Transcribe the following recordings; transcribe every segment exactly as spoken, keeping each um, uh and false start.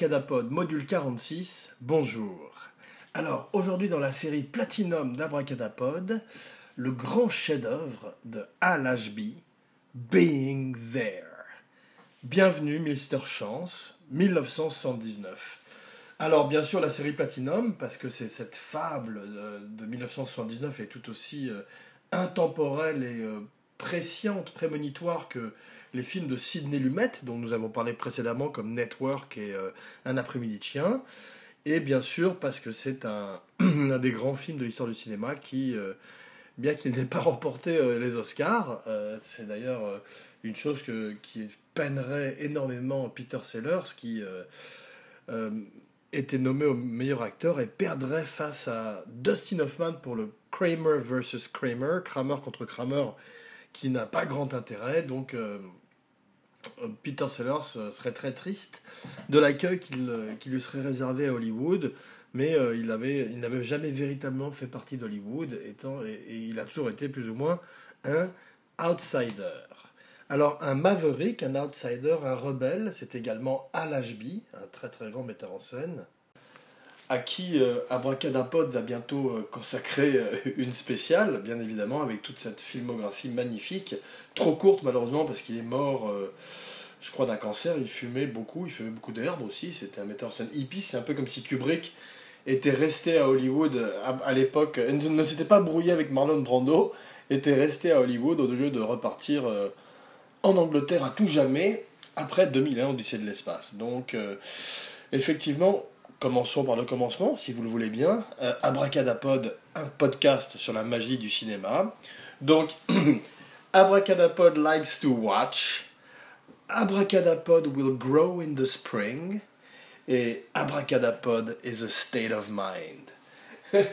Abracadapod, module quarante-six, bonjour. Alors, aujourd'hui dans la série Platinum d'Abracadapod, le grand chef-d'œuvre de Hal Ashby, Being There. Bienvenue, mister Chance, mille neuf cent soixante-dix-neuf. Alors, bien sûr, la série Platinum, parce que c'est cette fable de mille neuf cent soixante-dix-neuf est tout aussi euh, intemporelle et euh, presciente, prémonitoire que les films de Sidney Lumet, dont nous avons parlé précédemment, comme Network et euh, Un après-midi de chien. Et bien sûr, parce que c'est un, un des grands films de l'histoire du cinéma qui, euh, bien qu'il n'ait pas remporté euh, les Oscars, euh, c'est d'ailleurs euh, une chose que, qui peinerait énormément Peter Sellers, qui euh, euh, était nommé au meilleur acteur et perdrait face à Dustin Hoffman pour le Kramer versus Kramer, Kramer contre Kramer, qui n'a pas grand intérêt. Donc euh, Peter Sellers serait très triste de l'accueil qu'il, qui lui serait réservé à Hollywood, mais euh, il, avait, il n'avait jamais véritablement fait partie d'Hollywood, étant, et, et il a toujours été plus ou moins un outsider. Alors un maverick, un outsider, un rebelle, c'est également Hal Ashby, un très très grand metteur en scène, à qui euh, Abracadapod va bientôt euh, consacrer euh, une spéciale, bien évidemment, avec toute cette filmographie magnifique, trop courte malheureusement parce qu'il est mort, euh, je crois, d'un cancer. Il fumait beaucoup, il fumait beaucoup d'herbe aussi, c'était un metteur en scène hippie. C'est un peu comme si Kubrick était resté à Hollywood à, à l'époque, ne s'était pas brouillé avec Marlon Brando, était resté à Hollywood au lieu de repartir euh, en Angleterre à tout jamais, après deux mille un, Odyssée de l'espace. Donc, euh, effectivement, commençons par le commencement, si vous le voulez bien. Euh, Abracadapod, un podcast sur la magie du cinéma. Donc, Abracadapod likes to watch. Abracadapod will grow in the spring. Et Abracadapod is a state of mind.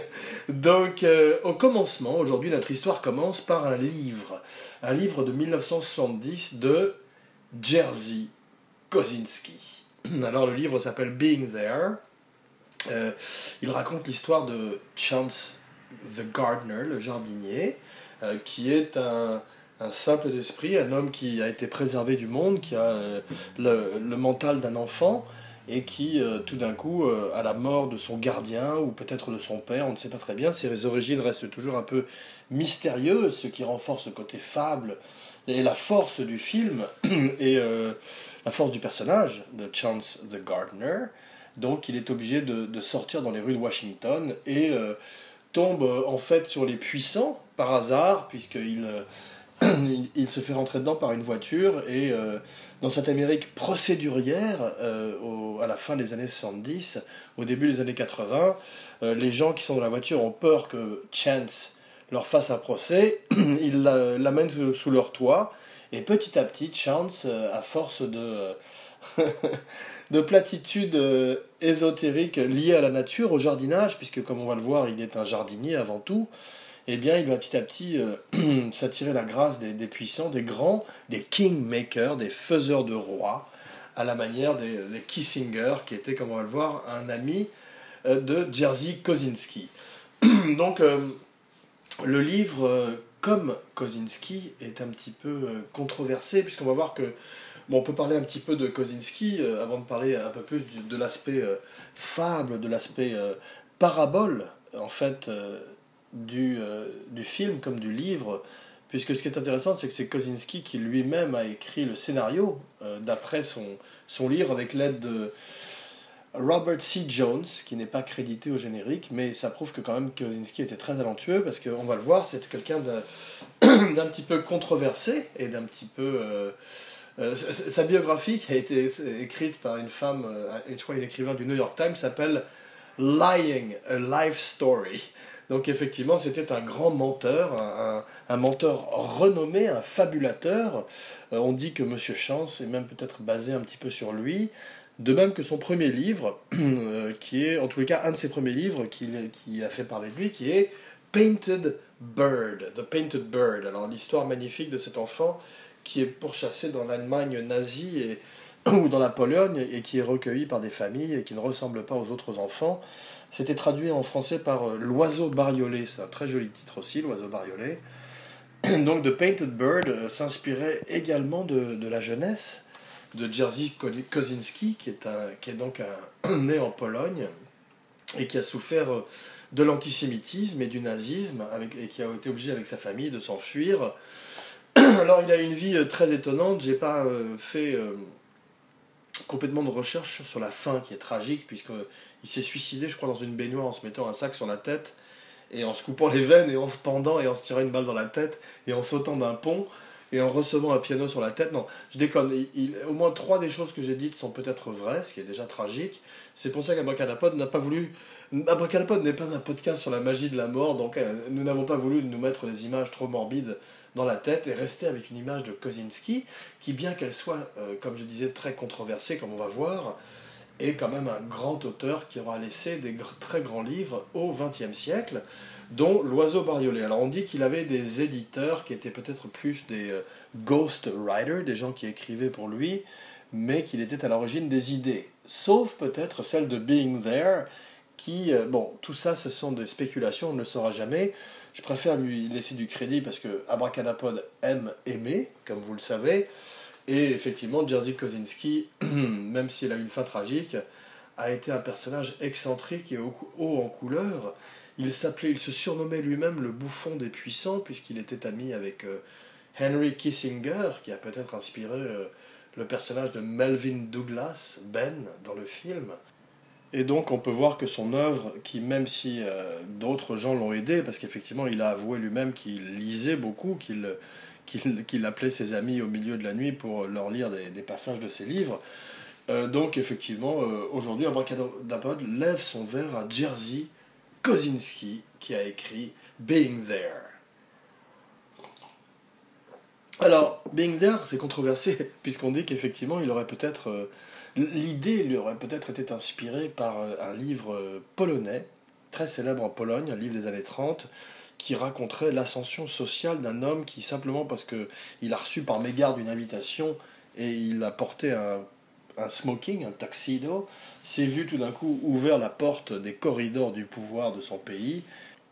Donc, euh, au commencement, aujourd'hui, notre histoire commence par un livre. Un livre de mille neuf cent soixante-dix de Jerzy Kosinski. Alors le livre s'appelle Being There. Euh, il raconte l'histoire de Chance the Gardener, le jardinier, euh, qui est un, un simple d'esprit, un homme qui a été préservé du monde, qui a euh, le, le mental d'un enfant, et qui, euh, tout d'un coup, euh, à la mort de son gardien, ou peut-être de son père, on ne sait pas très bien, ses origines restent toujours un peu mystérieuses, ce qui renforce le côté fable et la force du film, et euh, la force du personnage de Chance the Gardener. Donc il est obligé de, de sortir dans les rues de Washington, et euh, tombe euh, en fait sur les puissants, par hasard, puisqu'il... Euh, Il, il se fait rentrer dedans par une voiture, et euh, dans cette Amérique procédurière, euh, au, à la fin des années soixante-dix, au début des années quatre-vingts, euh, les gens qui sont dans la voiture ont peur que Chance leur fasse un procès, ils la, l'amènent sous, sous leur toit, et petit à petit, Chance, euh, à force de, de platitudes euh, ésotériques liées à la nature, au jardinage, puisque comme on va le voir, il est un jardinier avant tout, eh bien, il va petit à petit euh, s'attirer la grâce des, des puissants, des grands, des kingmakers, des faiseurs de rois, à la manière des, des Kissinger, qui était, comme on va le voir, un ami euh, de Jerzy Kosinski. Donc, euh, le livre, euh, comme Kosinski, est un petit peu euh, controversé, puisqu'on va voir que, bon, on peut parler un petit peu de Kosinski, euh, avant de parler un peu plus du, de l'aspect euh, fable, de l'aspect euh, parabole, en fait, euh, Du, euh, du film comme du livre, puisque ce qui est intéressant, c'est que c'est Kosinski qui lui-même a écrit le scénario euh, d'après son, son livre, avec l'aide de Robert C. Jones, qui n'est pas crédité au générique, mais ça prouve que quand même Kosinski était très talentueux, parce qu'on va le voir, c'était quelqu'un d'un, d'un petit peu controversé, et d'un petit peu... Euh, euh, sa biographie, qui a été écrite par une femme, euh, je crois une écrivain du New York Times, s'appelle Lying, a Life Story. Donc effectivement, c'était un grand menteur, un, un, un menteur renommé, un fabulateur. Euh, on dit que Monsieur Chance est même peut-être basé un petit peu sur lui, de même que son premier livre, euh, qui est en tous les cas un de ses premiers livres qui, qui a fait parler de lui, qui est Painted Bird, The Painted Bird. Alors l'histoire magnifique de cet enfant qui est pourchassé dans l'Allemagne nazie et ou dans la Pologne, et qui est recueilli par des familles et qui ne ressemble pas aux autres enfants. C'était traduit en français par euh, L'Oiseau bariolé, c'est un très joli titre aussi, L'Oiseau bariolé. Donc The Painted Bird euh, s'inspirait également de, de la jeunesse de Jerzy Kosinski, qui est, un, qui est donc un, né en Pologne, et qui a souffert de l'antisémitisme et du nazisme, avec, et qui a été obligé avec sa famille de s'enfuir. Alors il a une vie très étonnante, j'ai pas euh, fait euh, complètement de recherche sur la fin qui est tragique, puisqu'il s'est suicidé, je crois, dans une baignoire en se mettant un sac sur la tête, et en se coupant les veines, et en se pendant, et en se tirant une balle dans la tête, et en sautant d'un pont, et en recevant un piano sur la tête. Non, je déconne. Il, il, au moins trois des choses que j'ai dites sont peut-être vraies, ce qui est déjà tragique. C'est pour ça qu'Abracadapod n'a pas voulu... Abracadapod n'est pas un podcast sur la magie de la mort, donc euh, nous n'avons pas voulu nous mettre des images trop morbides dans la tête et rester avec une image de Kosinski, qui, bien qu'elle soit, euh, comme je disais, très controversée, comme on va voir, est quand même un grand auteur qui aura laissé des gr- très grands livres au vingtième siècle, dont L'Oiseau bariolé. Alors on dit qu'il avait des éditeurs qui étaient peut-être plus des euh, ghost writers, des gens qui écrivaient pour lui, mais qu'il était à l'origine des idées. Sauf peut-être celle de Being There, qui, euh, bon, tout ça ce sont des spéculations, on ne le saura jamais. Je préfère lui laisser du crédit parce que Abracadapod aime aimer, comme vous le savez. Et effectivement, Jerzy Kosinski, même s'il a eu une fin tragique, a été un personnage excentrique et haut en couleur. Il s'appelait, il se surnommait lui-même le bouffon des puissants, puisqu'il était ami avec euh, Henry Kissinger, qui a peut-être inspiré euh, le personnage de Melvin Douglas, Ben, dans le film. Et donc on peut voir que son œuvre, qui même si euh, d'autres gens l'ont aidé, parce qu'effectivement il a avoué lui-même qu'il lisait beaucoup, qu'il qu'il, qu'il appelait ses amis au milieu de la nuit pour leur lire des, des passages de ses livres, euh, donc effectivement euh, aujourd'hui Abracadapod lève son verre à Jerzy Kosinski, qui a écrit Being There. Alors, Being There, c'est controversé, puisqu'on dit qu'effectivement il aurait peut-être... Euh, L'idée lui aurait peut-être été inspirée par un livre polonais, très célèbre en Pologne, un livre des années trente, qui raconterait l'ascension sociale d'un homme qui, simplement parce qu'il a reçu par mégarde une invitation et il a porté un, un smoking, un tuxedo, s'est vu tout d'un coup ouvert la porte des corridors du pouvoir de son pays,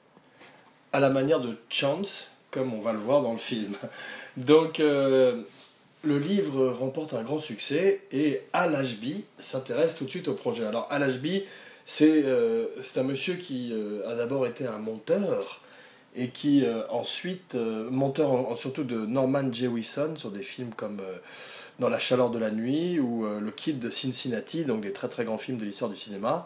à la manière de Chance, comme on va le voir dans le film. Donc... Euh, Le livre remporte un grand succès et Hal Ashby s'intéresse tout de suite au projet. Alors Hal Ashby, c'est euh, c'est un monsieur qui euh, a d'abord été un monteur et qui euh, ensuite, euh, monteur en, surtout de Norman Jewison sur des films comme euh, Dans la chaleur de la nuit ou euh, Le Kid de Cincinnati, donc des très très grands films de l'histoire du cinéma,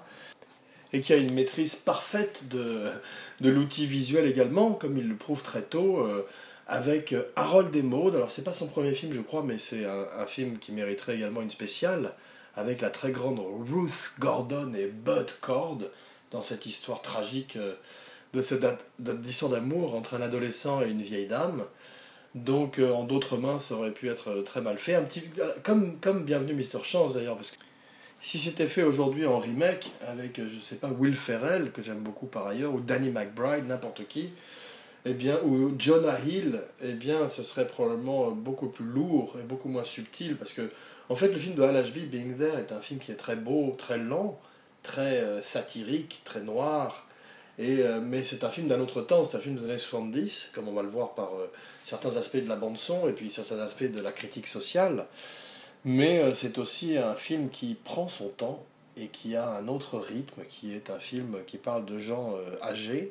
et qui a une maîtrise parfaite de, de l'outil visuel également, comme il le prouve très tôt, euh, avec Harold et Maude. Alors c'est pas son premier film je crois, mais c'est un, un film qui mériterait également une spéciale, avec la très grande Ruth Gordon et Bud Cord, dans cette histoire tragique de cette histoire d'amour entre un adolescent et une vieille dame. Donc euh, en d'autres mains ça aurait pu être très mal fait, un petit, comme, comme Bienvenue Mister Chance d'ailleurs, parce que si c'était fait aujourd'hui en remake, avec je sais pas Will Ferrell, que j'aime beaucoup par ailleurs, ou Danny McBride, n'importe qui, eh bien, ou Jonah Hill, eh bien, ce serait probablement beaucoup plus lourd et beaucoup moins subtil, parce que, en fait, le film de Hal Ashby, Being There, est un film qui est très beau, très lent, très euh, satirique, très noir, et, euh, mais c'est un film d'un autre temps, c'est un film des années soixante-dix, comme on va le voir par euh, certains aspects de la bande-son, et puis certains aspects de la critique sociale, mais euh, c'est aussi un film qui prend son temps, et qui a un autre rythme, qui est un film qui parle de gens euh, âgés,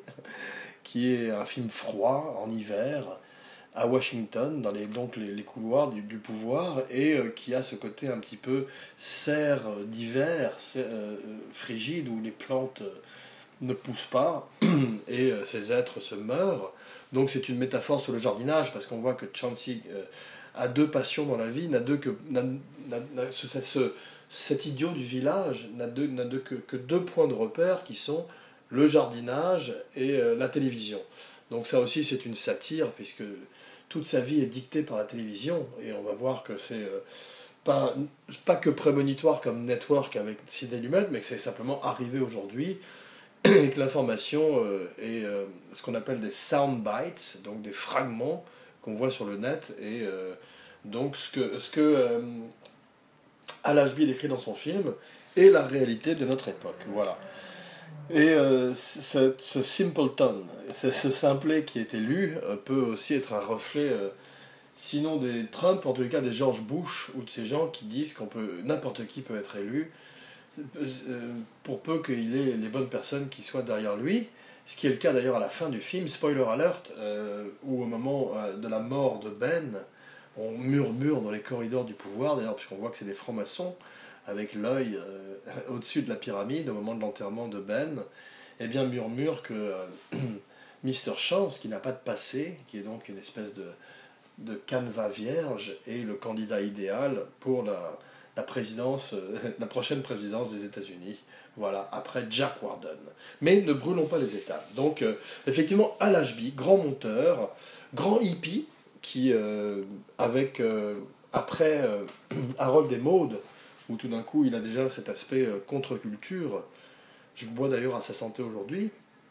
qui est un film froid, en hiver, à Washington, dans les, donc les, les couloirs du, du pouvoir, et euh, qui a ce côté un petit peu serre d'hiver, euh, frigide, où les plantes euh, ne poussent pas, et euh, ces êtres se meurent. Donc c'est une métaphore sur le jardinage, parce qu'on voit que Chauncey euh, a deux passions dans la vie, n'a deux que... N'a, n'a, n'a, ce, ce, cet idiot du village n'a, deux, n'a deux que, que deux points de repère, qui sont le jardinage et euh, la télévision. Donc ça aussi c'est une satire, puisque toute sa vie est dictée par la télévision, et on va voir que c'est euh, pas, pas que prémonitoire comme Network avec Sidney Lumet, mais que c'est simplement arrivé aujourd'hui, et que l'information euh, est euh, ce qu'on appelle des sound bites, donc des fragments qu'on voit sur le net, et euh, donc ce que, ce que euh, Hal Ashby décrit dans son film est la réalité de notre époque. Voilà. Et euh, ce, ce simpleton, ce, ce simplet qui est élu, euh, peut aussi être un reflet euh, sinon des Trump, en tous les cas des George Bush, ou de ces gens qui disent qu'on peut n'importe qui peut être élu, euh, pour peu qu'il ait les bonnes personnes qui soient derrière lui. Ce qui est le cas d'ailleurs à la fin du film, spoiler alert, euh, où au moment euh, de la mort de Ben, on murmure dans les corridors du pouvoir, d'ailleurs, puisqu'on voit que c'est des francs-maçons, avec l'œil euh, au-dessus de la pyramide, au moment de l'enterrement de Ben, eh bien murmure que euh, Mister Chance, qui n'a pas de passé, qui est donc une espèce de, de canevas vierge, est le candidat idéal pour la, la présidence, euh, la prochaine présidence des États-Unis. Voilà, après Jack Warden. Mais ne brûlons pas les étapes. Donc, euh, effectivement, Hal Ashby, grand monteur, grand hippie, qui, euh, avec, euh, après euh, Harold et Maude, où tout d'un coup il a déjà cet aspect euh, contre-culture, je bois d'ailleurs à sa santé aujourd'hui,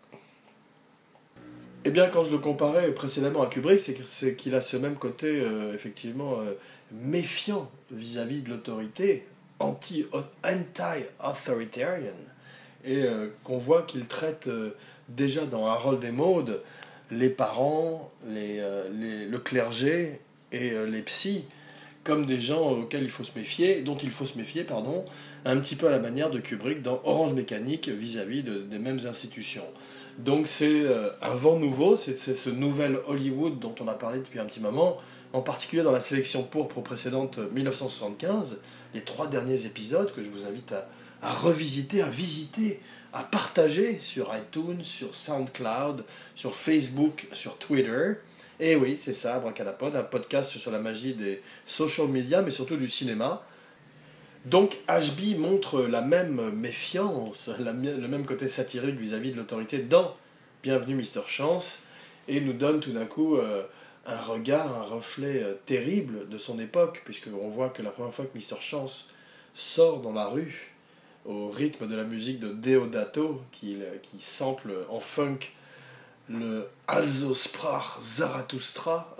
eh bien, quand je le comparais précédemment à Kubrick, c'est qu'il a ce même côté, euh, effectivement, euh, méfiant vis-à-vis de l'autorité, anti, anti-authoritarian, et euh, qu'on voit qu'il traite euh, déjà dans Harold et Maude les parents, les, euh, les, le clergé et euh, les psys comme des gens auxquels il faut se méfier, dont il faut se méfier, pardon, un petit peu à la manière de Kubrick dans Orange Mécanique vis-à-vis de, des mêmes institutions. Donc c'est euh, un vent nouveau, c'est ce nouvel Hollywood dont on a parlé depuis un petit moment, en particulier dans la sélection pourpre précédente mille neuf cent soixante-quinze, les trois derniers épisodes que je vous invite à, à revisiter, à visiter, à partager sur iTunes, sur SoundCloud, sur Facebook, sur Twitter. Et oui, c'est ça, Abracadapod, un podcast sur la magie des social media, mais surtout du cinéma. Donc Ashby montre la même méfiance, la, le même côté satirique vis-à-vis de l'autorité dans Bienvenue Mister Chance, et nous donne tout d'un coup euh, un regard, un reflet euh, terrible de son époque, puisqu'on voit que la première fois que Mister Chance sort dans la rue, au rythme de la musique de Deodato, qui, qui sample en funk le Also sprach Zarathustra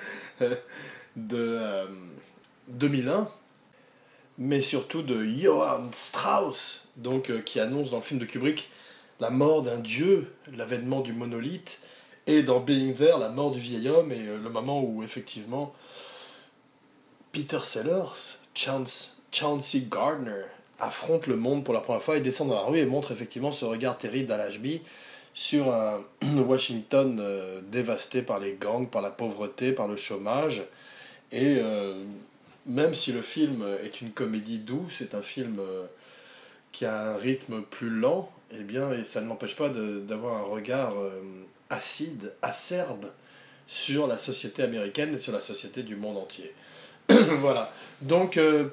de euh, deux mille un, mais surtout de Johann Strauss, donc, euh, qui annonce dans le film de Kubrick la mort d'un dieu, l'avènement du monolithe, et dans Being There, la mort du vieil homme, et euh, le moment où effectivement Peter Sellers, Chance, Chauncey Gardner, affronte le monde pour la première fois et descend dans la rue et montre effectivement ce regard terrible d'Al Ashby sur un Washington euh, dévasté par les gangs, par la pauvreté, par le chômage. Et euh, même si le film est une comédie douce, c'est un film euh, qui a un rythme plus lent, eh bien, et ça ne l'empêche pas d'avoir un regard euh, acide, acerbe sur la société américaine et sur la société du monde entier. Voilà. Donc, euh,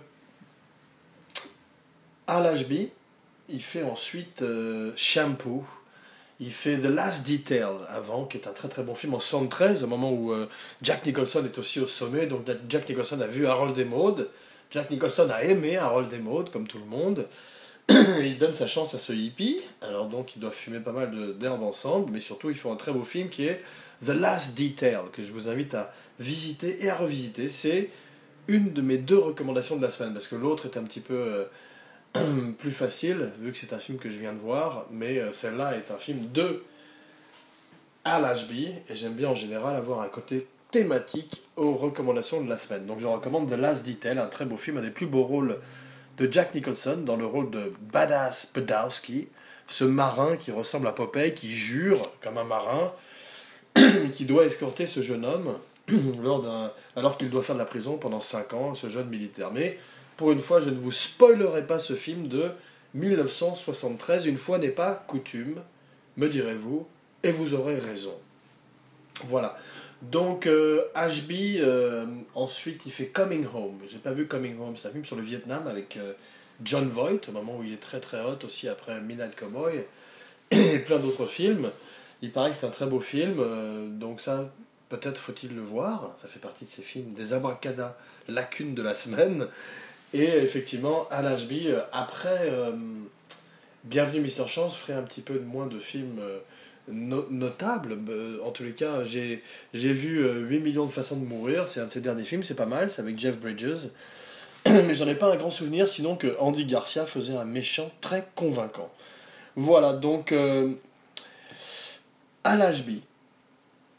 Hal Ashby, il fait ensuite euh, Shampoo. Il fait The Last Detail avant, qui est un très très bon film en soixante-treize, au moment où euh, Jack Nicholson est aussi au sommet. Donc Jack Nicholson a vu Harold et Maude. Jack Nicholson a aimé Harold et Maude, comme tout le monde. Il donne sa chance à ce hippie. Alors donc ils doivent fumer pas mal d'herbes ensemble, mais surtout ils font un très beau film qui est The Last Detail, que je vous invite à visiter et à revisiter. C'est une de mes deux recommandations de la semaine, parce que l'autre est un petit peu... Euh, plus facile, vu que c'est un film que je viens de voir, mais euh, celle-là est un film de Hal Ashby, et j'aime bien en général avoir un côté thématique aux recommandations de la semaine. Donc je recommande The Last Detail, un très beau film, un des plus beaux rôles de Jack Nicholson, dans le rôle de Badass Badowski, ce marin qui ressemble à Popeye, qui jure comme un marin, qui doit escorter ce jeune homme, lors d'un, alors qu'il doit faire de la prison pendant cinq ans, ce jeune militaire. Mais pour une fois, je ne vous spoilerai pas ce film de mille neuf cent soixante-treize. Une fois n'est pas coutume, me direz-vous, et vous aurez raison. Voilà. Donc, euh, Ashby, euh, ensuite, il fait Coming Home. J'ai pas vu Coming Home, c'est un film sur le Vietnam avec euh, John Voight, au moment où il est très très hot aussi après Midnight Cowboy, et plein d'autres films. Il paraît que c'est un très beau film, euh, donc ça, peut-être faut-il le voir. Ça fait partie de ces films, des abracada lacunes de la semaine. Et effectivement, Hal Ashby, euh, après euh, Bienvenue Mister Chance, ferait un petit peu moins de films euh, no notables. Euh, en tous les cas, j'ai vu euh, huit millions de façons de mourir, c'est un de ses derniers films, c'est pas mal, c'est avec Jeff Bridges. Mais j'en ai pas un grand souvenir, sinon que Andy Garcia faisait un méchant très convaincant. Voilà, donc, euh, Hal Ashby,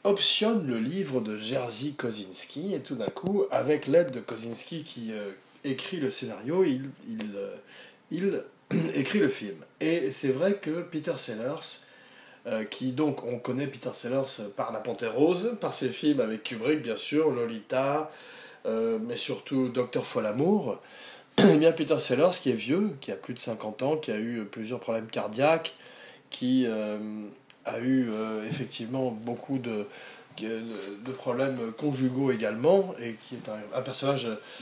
optionne le livre de Jerzy Kosinski, et tout d'un coup, avec l'aide de Kosinski qui euh, écrit le scénario, il, il, euh, il écrit le film. Et c'est vrai que Peter Sellers, euh, qui donc, on connaît Peter Sellers par La Panthère Rose, par ses films avec Kubrick bien sûr, Lolita, euh, mais surtout Docteur Folamour, eh bien Peter Sellers qui est vieux, qui a plus de cinquante ans, qui a eu plusieurs problèmes cardiaques, qui euh, a eu euh, effectivement beaucoup de, de, de problèmes conjugaux également, et qui est un, un personnage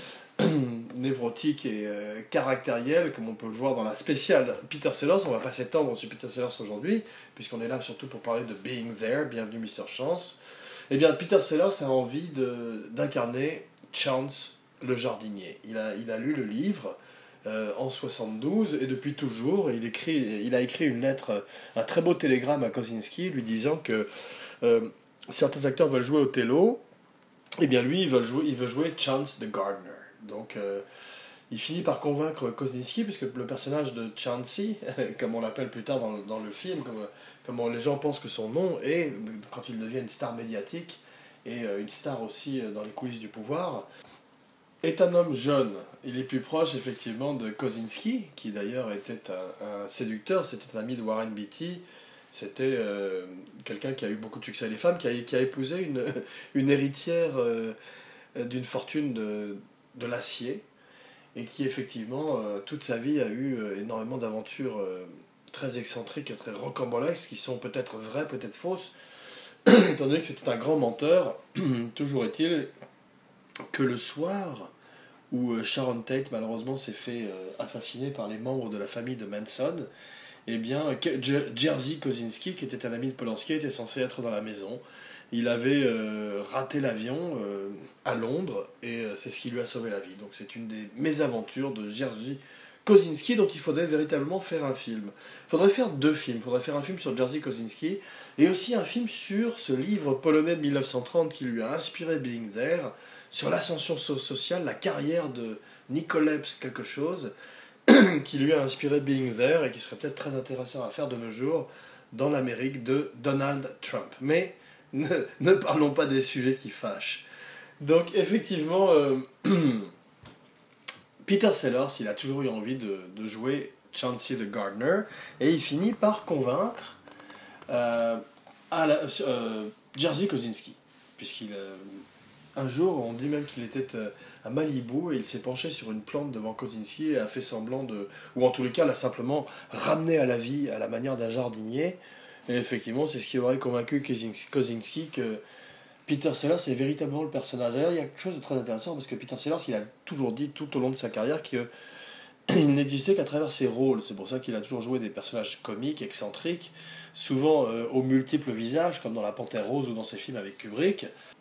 névrotique et euh, caractériel, comme on peut le voir dans la spéciale Peter Sellers. On va pas s'étendre sur Peter Sellers aujourd'hui, puisqu'on est là surtout pour parler de Being There, Bienvenue Mister Chance. Eh bien, Peter Sellers a envie de, d'incarner Chance, le jardinier. Il a, il a lu le livre euh, en soixante-douze, et depuis toujours, il, écrit, il a écrit une lettre, un très beau télégramme à Kosinski, lui disant que euh, certains acteurs veulent jouer Othello, eh bien lui, il veut jouer, il veut jouer Chance the Gardener. Donc, euh, il finit par convaincre Kosinski, puisque le personnage de Chansey, comme on l'appelle plus tard dans le, dans le film, comme, comme les gens pensent que son nom est, quand il devient une star médiatique, et une star aussi dans les coulisses du pouvoir, est un homme jeune. Il est plus proche, effectivement, de Kosinski, qui d'ailleurs était un, un séducteur, c'était un ami de Warren Beatty, c'était euh, quelqu'un qui a eu beaucoup de succès avec les femmes, qui a, qui a épousé une, une héritière euh, d'une fortune de, de l'acier, et qui effectivement, euh, toute sa vie, a eu euh, énormément d'aventures euh, très excentriques et très rocambolesques, qui sont peut-être vraies, peut-être fausses, étant donné que c'était un grand menteur. Toujours est-il que le soir où Sharon Tate malheureusement s'est fait euh, assassiner par les membres de la famille de Manson, eh bien Jerzy Kosinski, qui était un ami de Polanski, était censé être dans la maison. Il avait euh, raté l'avion euh, à Londres, et euh, c'est ce qui lui a sauvé la vie. Donc c'est une des mésaventures de Jerzy Kosinski dont il faudrait véritablement faire un film. Il faudrait faire deux films. Il faudrait faire un film sur Jerzy Kosinski, et aussi un film sur ce livre polonais de mille neuf cent trente qui lui a inspiré Being There, sur l'ascension so- sociale, la carrière de Nikolai quelque chose, qui lui a inspiré Being There, et qui serait peut-être très intéressant à faire de nos jours dans l'Amérique de Donald Trump. Mais ne, ne parlons pas des sujets qui fâchent. Donc effectivement, euh, Peter Sellers, il a toujours eu envie de, de jouer Chauncey the Gardener, et il finit par convaincre euh, à la, euh, Jerzy Kosinski, puisqu'il euh, un jour, on dit même qu'il était euh, à Malibu, et il s'est penché sur une plante devant Kosinski et a fait semblant de, ou en tous les cas l'a simplement ramené à la vie à la manière d'un jardinier. Et effectivement, c'est ce qui aurait convaincu Kosinski que Peter Sellers est véritablement le personnage. D'ailleurs, il y a quelque chose de très intéressant, parce que Peter Sellers, il a toujours dit tout au long de sa carrière qu'il n'existait qu'à travers ses rôles. C'est pour ça qu'il a toujours joué des personnages comiques, excentriques, souvent euh, aux multiples visages, comme dans La Panthère Rose ou dans ses films avec Kubrick.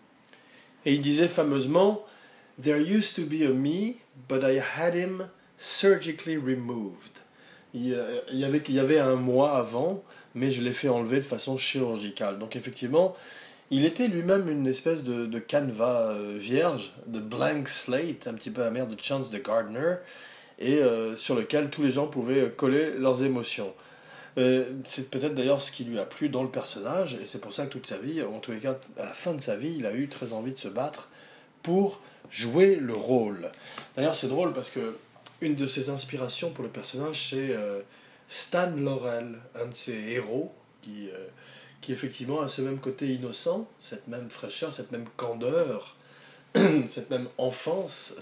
Et il disait fameusement « There used to be a me, but I had him surgically removed ». Il y avait, il y avait un moi avant, mais je l'ai fait enlever de façon chirurgicale. Donc effectivement, il était lui-même une espèce de, de canevas euh, vierge, de blank slate, un petit peu à la manière de Chance the Gardener, et euh, sur lequel tous les gens pouvaient coller leurs émotions. Euh, c'est peut-être d'ailleurs ce qui lui a plu dans le personnage, et c'est pour ça que toute sa vie, en tous les cas à la fin de sa vie, il a eu très envie de se battre pour jouer le rôle. D'ailleurs c'est drôle parce que une de ses inspirations pour le personnage, c'est euh, Stan Laurel, un de ses héros qui, euh, qui effectivement a ce même côté innocent, cette même fraîcheur, cette même candeur, cette même enfance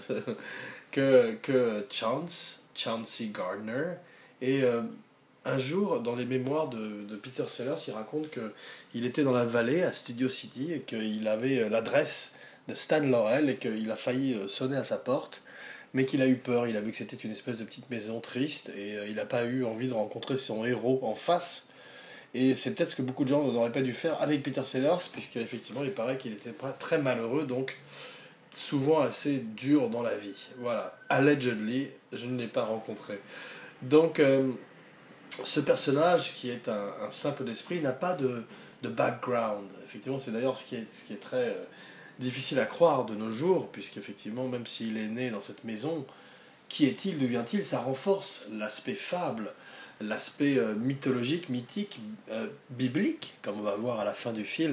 que, que Chance, Chauncey Gardner. Et euh, un jour, dans les mémoires de, de Peter Sellers, il raconte qu'il était dans la vallée à Studio City, et qu'il avait l'adresse de Stan Laurel, et qu'il a failli sonner à sa porte, mais qu'il a eu peur. Il a vu que c'était une espèce de petite maison triste, et il n'a pas eu envie de rencontrer son héros en face. Et c'est peut-être ce que beaucoup de gens n'auraient pas dû faire avec Peter Sellers, puisqu'effectivement il paraît qu'il était très malheureux, donc souvent assez dur dans la vie. Voilà, allegedly, je ne l'ai pas rencontré. Donc euh, ce personnage, qui est un, un simple d'esprit, n'a pas de, de background. Effectivement, c'est d'ailleurs ce qui est, ce qui est très euh, difficile à croire de nos jours, puisqu'effectivement, même s'il est né dans cette maison, qui est-il, d'où vient-il? Ça renforce l'aspect fable, l'aspect euh, mythologique, mythique, euh, biblique, comme on va voir à la fin du film,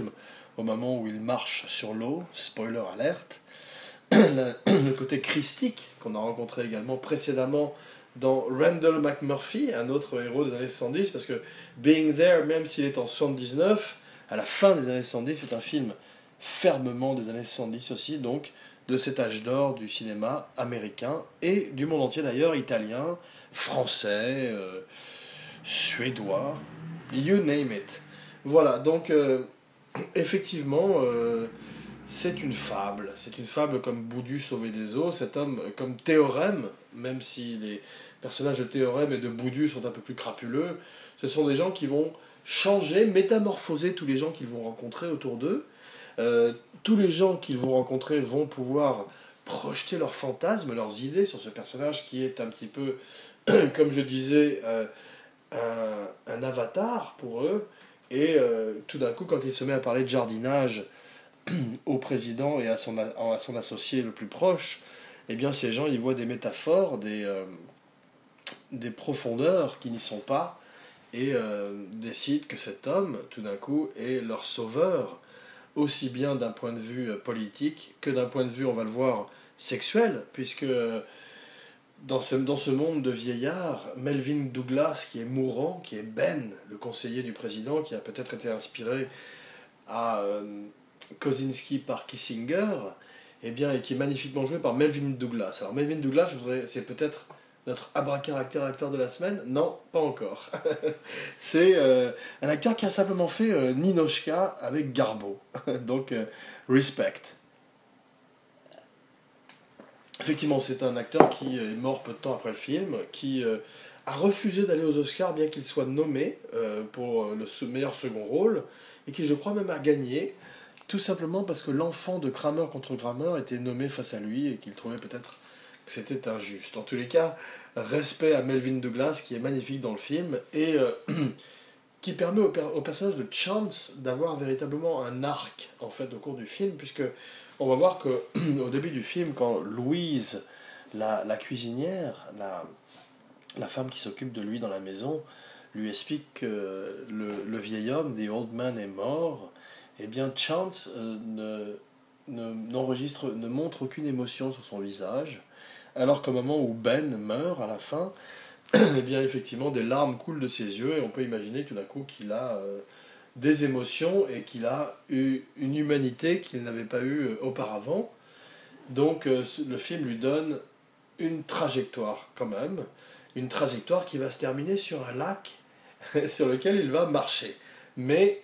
au moment où il marche sur l'eau, spoiler alerte. Le côté christique qu'on a rencontré également précédemment dans Randall McMurphy, un autre héros des années soixante-dix, parce que Being There, même s'il est en soixante-dix-neuf, à la fin des années soixante-dix, c'est un film fermement des années soixante-dix aussi, donc de cet âge d'or du cinéma américain et du monde entier d'ailleurs, italien, français, euh, suédois, you name it. Voilà, donc euh, effectivement, euh, c'est une fable. C'est une fable comme Boudu sauvé des eaux, cet homme comme Théorème, même si les personnages de Théorème et de Boudu sont un peu plus crapuleux, ce sont des gens qui vont changer, métamorphoser tous les gens qu'ils vont rencontrer autour d'eux. Euh, tous les gens qu'ils vont rencontrer vont pouvoir projeter leurs fantasmes, leurs idées sur ce personnage qui est un petit peu, comme je disais, euh, un, un avatar pour eux. Et euh, tout d'un coup, quand il se met à parler de jardinage au président et à son, à son associé le plus proche, eh bien ces gens ils voient des métaphores, des, euh, des profondeurs qui n'y sont pas, et euh, décident que cet homme, tout d'un coup, est leur sauveur, aussi bien d'un point de vue politique que d'un point de vue, on va le voir, sexuel, puisque dans ce, dans ce monde de vieillards, Melvyn Douglas, qui est mourant, qui est Ben, le conseiller du président, qui a peut-être été inspiré à euh, Kosinski par Kissinger, eh bien, et qui est magnifiquement joué par Melvyn Douglas. Alors Melvyn Douglas, je voudrais, c'est peut-être notre abracadabra acteur de la semaine. Non, pas encore. C'est euh, un acteur qui a simplement fait euh, Ninochka avec Garbo. Donc, euh, respect. Effectivement, c'est un acteur qui est mort peu de temps après le film, qui euh, a refusé d'aller aux Oscars, bien qu'il soit nommé euh, pour le meilleur second rôle, et qui, je crois, même a gagné, tout simplement parce que l'enfant de Kramer contre Kramer était nommé face à lui, et qu'il trouvait peut-être que c'était injuste. En tous les cas, respect à Melvyn Douglas, qui est magnifique dans le film, et euh, qui permet au, per au personnage de Chance d'avoir véritablement un arc, en fait, au cours du film, puisque on va voir que au début du film, quand Louise, la, la cuisinière, la, la femme qui s'occupe de lui dans la maison, lui explique que le, le vieil homme, the old man, est mort, eh bien Chance euh, ne, ne, n'enregistre, ne montre aucune émotion sur son visage, alors qu'au moment où Ben meurt à la fin, eh bien effectivement des larmes coulent de ses yeux, et on peut imaginer tout d'un coup qu'il a euh, des émotions et qu'il a eu une humanité qu'il n'avait pas eue auparavant. Donc euh, le film lui donne une trajectoire quand même, une trajectoire qui va se terminer sur un lac sur lequel il va marcher. Mais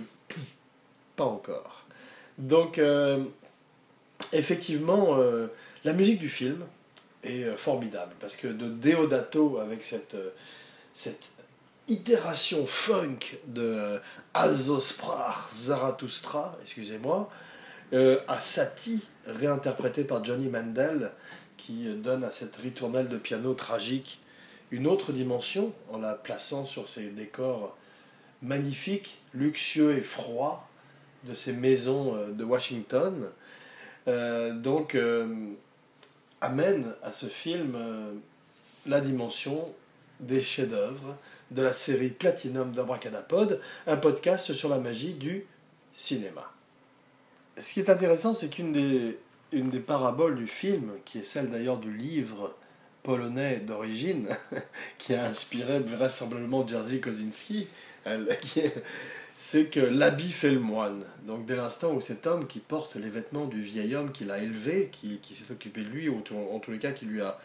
pas encore. Donc euh, effectivement, euh, la musique du film est formidable, parce que de Deodato avec cette, euh, cette itération funk de euh, Also sprach Zarathustra, excusez-moi, euh, à Satie, réinterprété par Johnny Mandel, qui donne à cette ritournelle de piano tragique une autre dimension, en la plaçant sur ces décors magnifiques, luxueux et froids de ces maisons euh, de Washington. Euh, donc, euh, amène à ce film euh, la dimension des chefs-d'œuvre de la série Platinum d'Abracadapod, un podcast sur la magie du cinéma. Ce qui est intéressant, c'est qu'une des, une des paraboles du film, qui est celle d'ailleurs du livre polonais d'origine, qui a inspiré vraisemblablement Jerzy Kosinski, elle, qui est, c'est que l'habit fait le moine. Donc dès l'instant où cet homme qui porte les vêtements du vieil homme qui l'a élevé, qui, qui s'est occupé de lui, ou en tous les cas qui lui a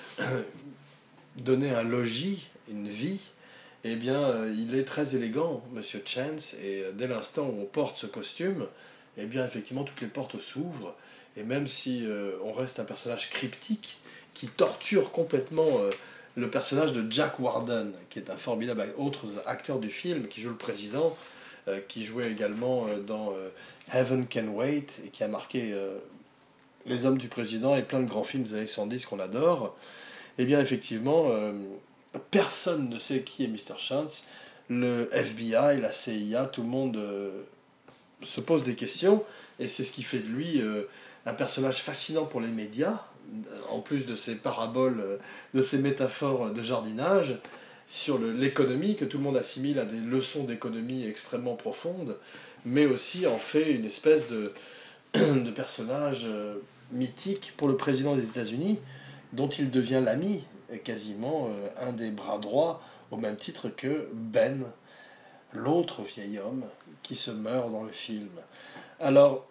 donné un logis, une vie, eh bien euh, il est très élégant, Monsieur Chance, et dès l'instant où on porte ce costume, eh bien effectivement toutes les portes s'ouvrent, et même si euh, on reste un personnage cryptique qui torture complètement euh, le personnage de Jack Warden, qui est un formidable autre acteur du film, qui joue le président, euh, qui jouait également euh, dans euh, Heaven Can Wait, et qui a marqué euh, Les Hommes du Président et plein de grands films des années soixante-dix qu'on adore. Eh bien effectivement, euh, personne ne sait qui est mister Chance. Le F B I, la C I A, tout le monde euh, se pose des questions, et c'est ce qui fait de lui euh, un personnage fascinant pour les médias, en plus de ces paraboles, euh, de ces métaphores de jardinage sur le, l'économie, que tout le monde assimile à des leçons d'économie extrêmement profondes. mais aussi en fait une espèce de, de personnage euh, mythique pour le président des États-Unis, dont il devient l'ami, quasiment euh, un des bras droits, au même titre que Ben, l'autre vieil homme qui se meurt dans le film. Alors,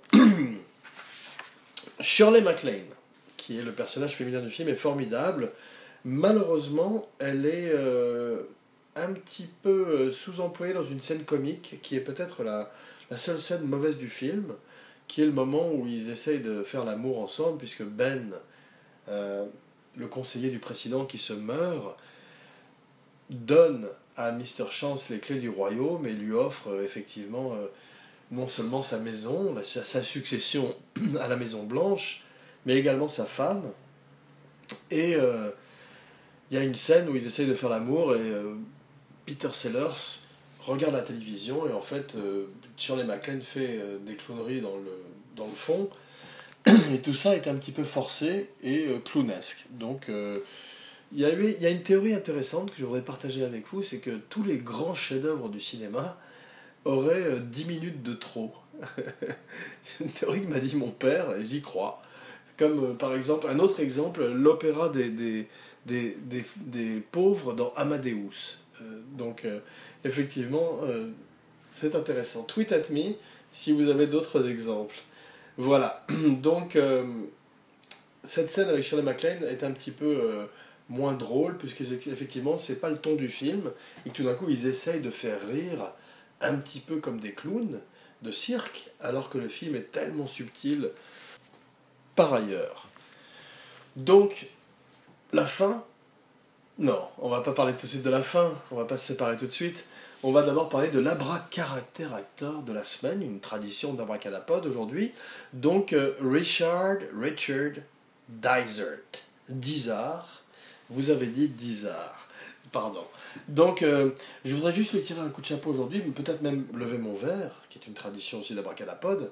Shirley MacLaine, qui est le personnage féminin du film, est formidable. Malheureusement, elle est euh, un petit peu euh, sous-employée dans une scène comique, qui est peut-être la, la seule scène mauvaise du film, qui est le moment où ils essayent de faire l'amour ensemble, puisque Ben, euh, le conseiller du président qui se meurt, donne à Mister Chance les clés du royaume et lui offre euh, effectivement euh, non seulement sa maison, la- sa succession à la Maison Blanche, mais également sa femme. Et euh, il y a une scène où ils essayent de faire l'amour et euh, Peter Sellers regarde la télévision et en fait euh, Shirley MacLaine fait euh, des clowneries dans le, dans le fond. Et tout ça est un petit peu forcé et euh, clownesque. Donc euh, il y a eu, il y a une théorie intéressante que je voudrais partager avec vous, c'est que tous les grands chefs-d'œuvre du cinéma auraient euh, dix minutes de trop. C'est une théorie que m'a dit mon père et j'y crois. Comme euh, par exemple, un autre exemple, l'opéra des, des, des, des, des pauvres dans Amadeus. Euh, donc euh, effectivement, euh, c'est intéressant. Tweet at me si vous avez d'autres exemples. Voilà, donc euh, cette scène avec Shirley MacLaine est un petit peu euh, moins drôle, puisque effectivement c'est pas le ton du film, et que tout d'un coup ils essayent de faire rire un petit peu comme des clowns de cirque, alors que le film est tellement subtil par ailleurs. Donc, la fin, non, on va pas parler tout de suite de la fin, on va pas se séparer tout de suite. On va d'abord parler de l'abracadabra de la semaine, une tradition d'abracadapod aujourd'hui. Donc, euh, Richard Richard Dysart. Dizard, vous avez dit Dizard, pardon. Donc, euh, je voudrais juste lui tirer un coup de chapeau aujourd'hui, mais peut-être même lever mon verre, qui est une tradition aussi d'abracadapod,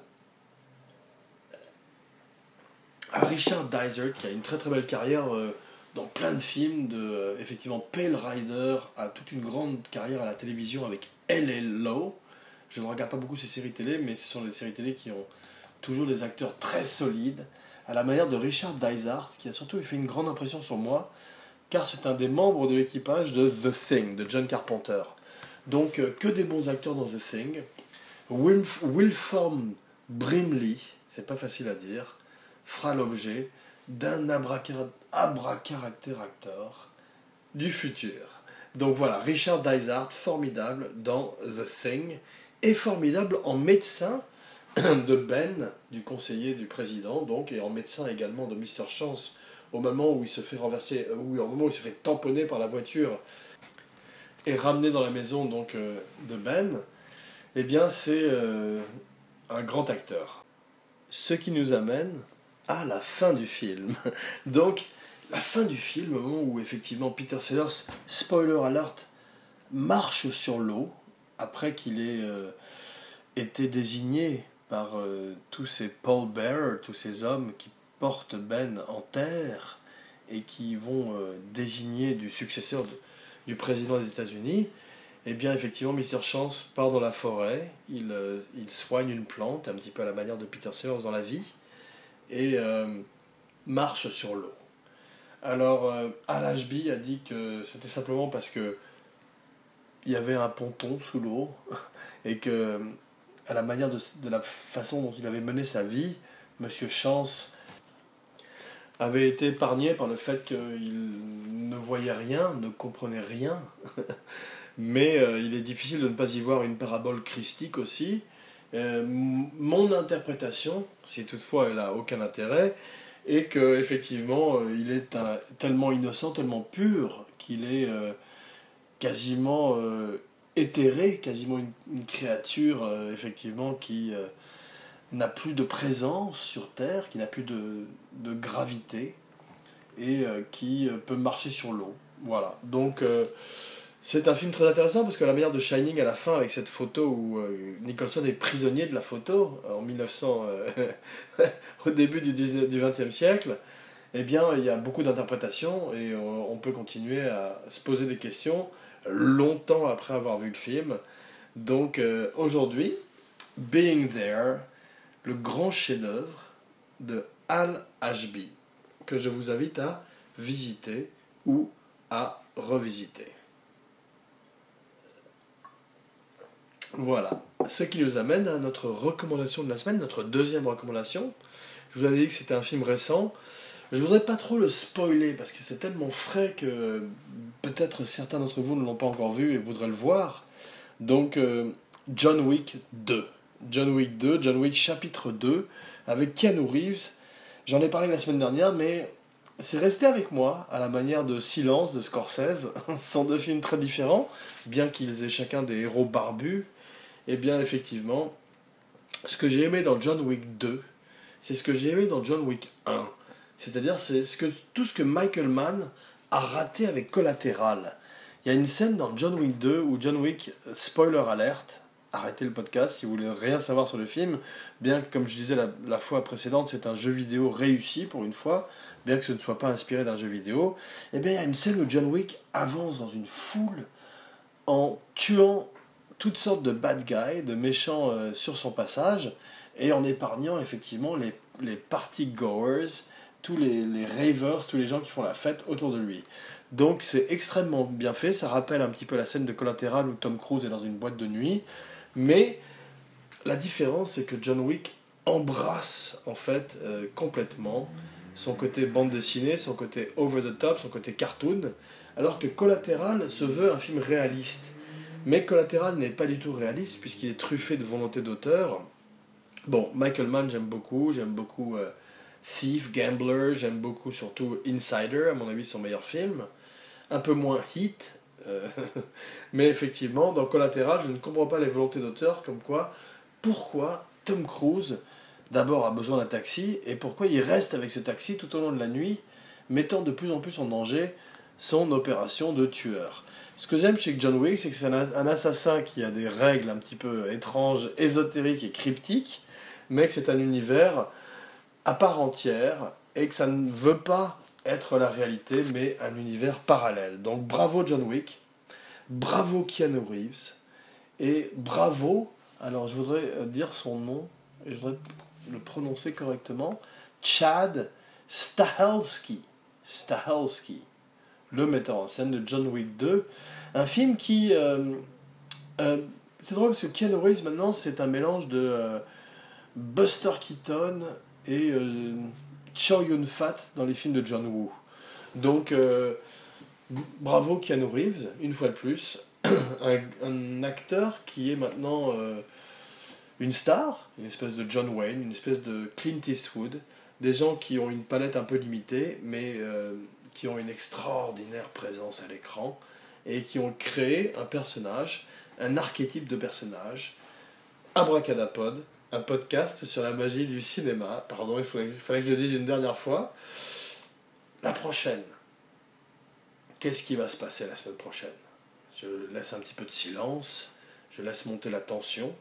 à Richard Dysart, qui a une très très belle carrière euh, dans plein de films, de euh, effectivement Pale Rider à toute une grande carrière à la télévision avec L L Low. Je ne regarde pas beaucoup ces séries télé, mais ce sont des séries télé qui ont toujours des acteurs très solides, à la manière de Richard Dysart, qui a surtout fait une grande impression sur moi, car c'est un des membres de l'équipage de The Thing, de John Carpenter. Donc euh, que des bons acteurs dans The Thing. Wilf Wilform Brimley, c'est pas facile à dire, fera l'objet d'un abracadabra du futur. Donc voilà, Richard Dysart, formidable dans The Thing, et formidable en médecin de Ben, du conseiller du président, donc, et en médecin également de Mister Chance, au moment où il se fait renverser, ou au moment où il se fait tamponner par la voiture et ramené dans la maison donc euh, de Ben, eh bien c'est euh, un grand acteur. Ce qui nous amène à la fin du film. Donc, la fin du film, au moment où effectivement Peter Sellers, spoiler alert, marche sur l'eau, après qu'il ait euh, été désigné par euh, tous ces pallbearers, tous ces hommes qui portent Ben en terre et qui vont euh, désigner du successeur de, du président des États-Unis, eh bien effectivement Mister Chance part dans la forêt, il, euh, il soigne une plante, un petit peu à la manière de Peter Sellers dans la vie, et euh, marche sur l'eau. Alors, euh, Al Ashby a dit que c'était simplement parce que il y avait un ponton sous l'eau et que, à la manière de, de la façon dont il avait mené sa vie, Monsieur Chance avait été épargné par le fait qu'il ne voyait rien, ne comprenait rien. Mais euh, il est difficile de ne pas y voir une parabole christique aussi. Euh, mon interprétation, si toutefois elle n'a aucun intérêt, est qu'effectivement euh, il est un, tellement innocent, tellement pur, qu'il est euh, quasiment euh, éthéré, quasiment une, une créature euh, effectivement qui euh, n'a plus de présence sur Terre, qui n'a plus de, de gravité et euh, qui euh, peut marcher sur l'eau. Voilà. Donc euh, c'est un film très intéressant parce que la manière de Shining à la fin avec cette photo où euh, Nicholson est prisonnier de la photo euh, en mille neuf cents, euh, au début du, dix-neuvième, du vingtième siècle, eh bien il y a beaucoup d'interprétations et on, on peut continuer à se poser des questions longtemps après avoir vu le film. Donc euh, aujourd'hui, Being There, le grand chef-d'œuvre de Hal Ashby, que je vous invite à visiter ou à revisiter. Voilà, ce qui nous amène à notre recommandation de la semaine, notre deuxième recommandation. Je vous avais dit que c'était un film récent. Je ne voudrais pas trop le spoiler parce que c'est tellement frais que peut-être certains d'entre vous ne l'ont pas encore vu et voudraient le voir. Donc, euh, John Wick deux. John Wick deux, John Wick chapitre deux, avec Keanu Reeves. J'en ai parlé la semaine dernière, mais c'est resté avec moi, à la manière de Silence de Scorsese. Ce sont deux films très différents, bien qu'ils aient chacun des héros barbus. Et bien, effectivement, ce que j'ai aimé dans John Wick deux, c'est ce que j'ai aimé dans John Wick un. C'est-à-dire, c'est ce que, tout ce que Michael Mann a raté avec Collateral. Il y a une scène dans John Wick deux où John Wick, spoiler alert, arrêtez le podcast si vous voulez rien savoir sur le film, bien que, comme je disais la, la fois précédente, c'est un jeu vidéo réussi pour une fois, bien que ce ne soit pas inspiré d'un jeu vidéo. Et bien, il y a une scène où John Wick avance dans une foule en tuant toutes sortes de bad guys, de méchants euh, sur son passage, et en épargnant effectivement les, les party-goers, tous les, les ravers, tous les gens qui font la fête autour de lui. Donc c'est extrêmement bien fait, ça rappelle un petit peu la scène de Collateral où Tom Cruise est dans une boîte de nuit, mais la différence c'est que John Wick embrasse en fait euh, complètement son côté bande dessinée, son côté over the top, son côté cartoon, alors que Collateral se veut un film réaliste. Mais Collateral n'est pas du tout réaliste puisqu'il est truffé de volonté d'auteur. Bon, Michael Mann j'aime beaucoup, j'aime beaucoup euh, Thief, Gambler, j'aime beaucoup surtout Insider, à mon avis son meilleur film. Un peu moins Heat, euh, mais effectivement, dans Collateral, je ne comprends pas les volontés d'auteur, comme quoi, pourquoi Tom Cruise, d'abord a besoin d'un taxi, et pourquoi il reste avec ce taxi tout au long de la nuit, mettant de plus en plus en danger son opération de tueur. Ce que j'aime chez John Wick, c'est que c'est un, un assassin qui a des règles un petit peu étranges, ésotériques et cryptiques, mais que c'est un univers à part entière, et que ça ne veut pas être la réalité, mais un univers parallèle. Donc bravo John Wick, bravo Keanu Reeves, et bravo, alors je voudrais dire son nom, et je voudrais le prononcer correctement, Chad Stahelski, Stahelski, le metteur en scène de John Wick deux, un film qui... Euh, euh, c'est drôle parce que Keanu Reeves maintenant c'est un mélange de euh, Buster Keaton et euh, Chow Yun-fat dans les films de John Woo. Donc euh, bravo Keanu Reeves, une fois de plus, un, un acteur qui est maintenant euh, une star, une espèce de John Wayne, une espèce de Clint Eastwood, des gens qui ont une palette un peu limitée, mais euh, qui ont une extraordinaire présence à l'écran, et qui ont créé un personnage, un archétype de personnage, Abracadapod, un podcast sur la magie du cinéma. Pardon, il fallait, il fallait que je le dise une dernière fois. La prochaine. Qu'est-ce qui va se passer la semaine prochaine? Je laisse un petit peu de silence, je laisse monter la tension.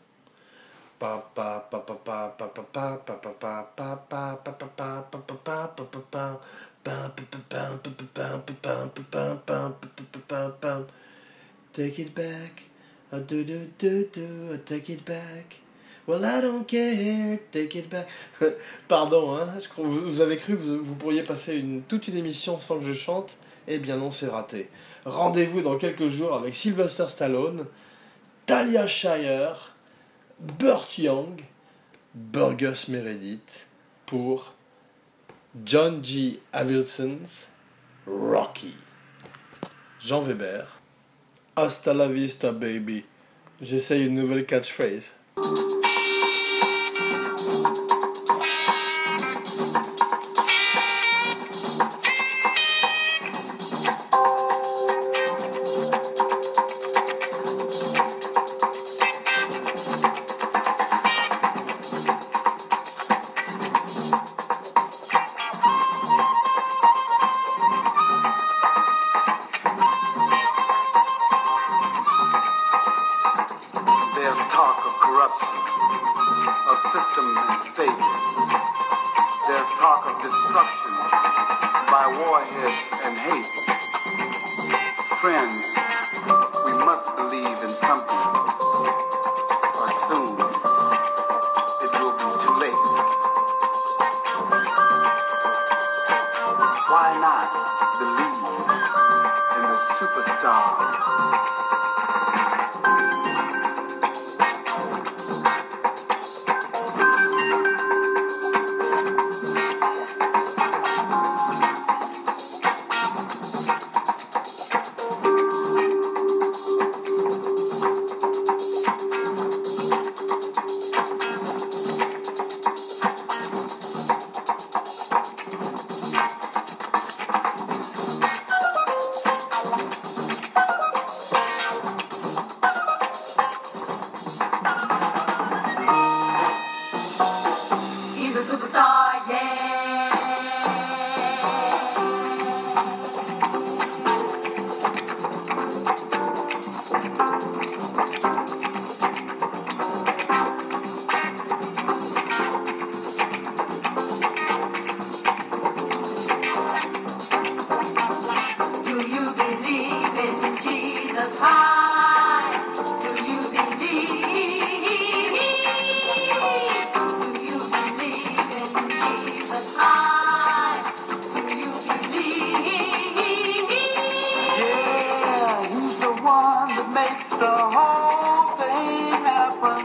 Take it back, I do do do do, I take it back. Well, I don't care, take it back. Pardon, hein, je crois que vous, vous avez cru que vous, vous pourriez passer une, toute une émission sans que je chante. Eh bien non, c'est raté. Rendez-vous dans quelques jours avec Sylvester Stallone, Talia Shire, Burt Young, Burgess Meredith pour John G. Avildsen's Rocky. Jean Weber. Hasta la vista, baby. J'essaye une nouvelle catchphrase. System and state. There's talk of destruction by warheads and hate. Friends, we must believe in something, or soon song. He's a superstar, yeah. Do you believe in Jesus Christ? Do you believe? Do you believe in Jesus Christ? Do you believe? Yeah, he's the one that makes the whole thing happen.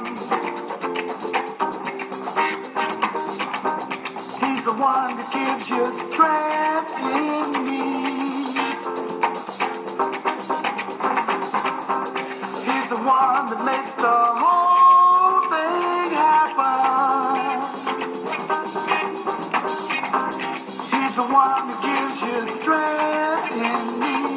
He's the one that gives you strength in need. He's the one that makes the whole thing happen. He's the one that gives you strength in need.